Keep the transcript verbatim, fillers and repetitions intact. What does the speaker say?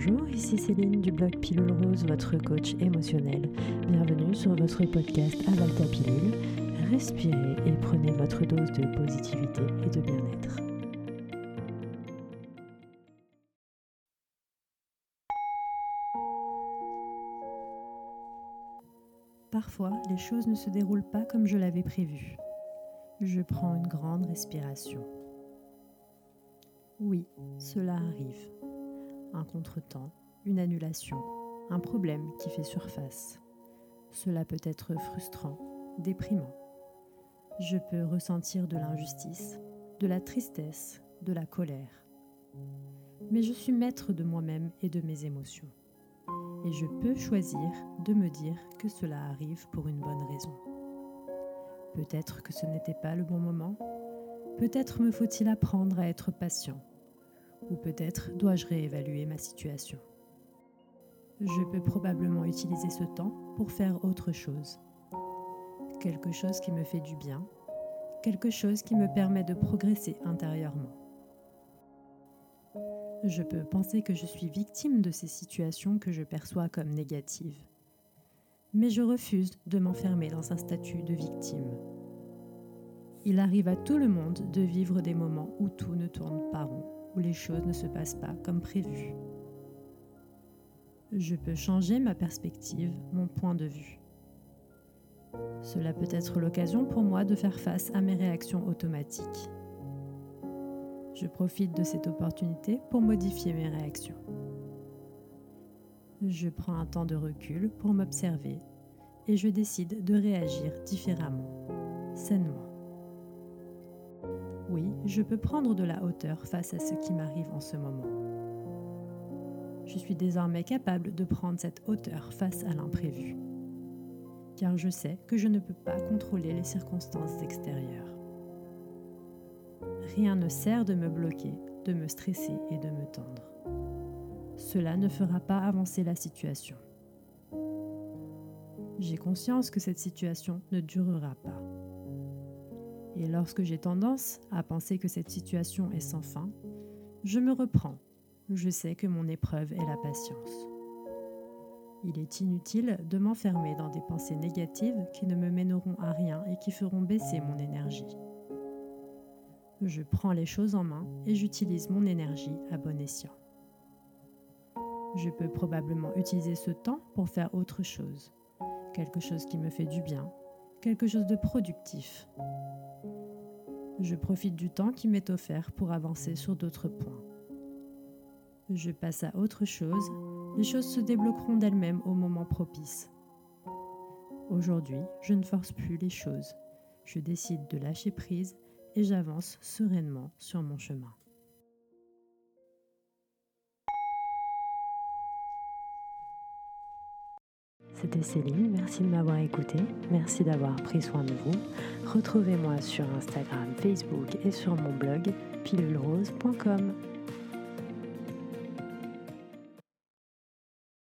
Bonjour, ici Céline du blog Pilule Rose, votre coach émotionnel. Bienvenue sur votre podcast Avale ta pilule. Respirez et prenez votre dose de positivité et de bien-être. Parfois, les choses ne se déroulent pas comme je l'avais prévu. Je prends une grande respiration. Oui, cela arrive. Un contretemps, une annulation, un problème qui fait surface. Cela peut être frustrant, déprimant. Je peux ressentir de l'injustice, de la tristesse, de la colère. Mais je suis maître de moi-même et de mes émotions. Et je peux choisir de me dire que cela arrive pour une bonne raison. Peut-être que ce n'était pas le bon moment. Peut-être me faut-il apprendre à être patient. Ou peut-être dois-je réévaluer ma situation. Je peux probablement utiliser ce temps pour faire autre chose. Quelque chose qui me fait du bien, quelque chose qui me permet de progresser intérieurement. Je peux penser que je suis victime de ces situations que je perçois comme négatives. Mais je refuse de m'enfermer dans un statut de victime. Il arrive à tout le monde de vivre des moments où tout ne tourne pas rond, où les choses ne se passent pas comme prévu. Je peux changer ma perspective, mon point de vue. Cela peut être l'occasion pour moi de faire face à mes réactions automatiques. Je profite de cette opportunité pour modifier mes réactions. Je prends un temps de recul pour m'observer et je décide de réagir différemment, sainement. Oui, je peux prendre de la hauteur face à ce qui m'arrive en ce moment. Je suis désormais capable de prendre cette hauteur face à l'imprévu, car je sais que je ne peux pas contrôler les circonstances extérieures. Rien ne sert de me bloquer, de me stresser et de me tendre. Cela ne fera pas avancer la situation. J'ai conscience que cette situation ne durera pas. Et lorsque j'ai tendance à penser que cette situation est sans fin, je me reprends. Je sais que mon épreuve est la patience. Il est inutile de m'enfermer dans des pensées négatives qui ne me mèneront à rien et qui feront baisser mon énergie. Je prends les choses en main et j'utilise mon énergie à bon escient. Je peux probablement utiliser ce temps pour faire autre chose, quelque chose qui me fait du bien, quelque chose de productif. Je profite du temps qui m'est offert pour avancer sur d'autres points. Je passe à autre chose, les choses se débloqueront d'elles-mêmes au moment propice. Aujourd'hui, je ne force plus les choses. Je décide de lâcher prise et j'avance sereinement sur mon chemin. C'était Céline, merci de m'avoir écouté, merci d'avoir pris soin de vous. Retrouvez-moi sur Instagram, Facebook et sur mon blog pilule rose point com.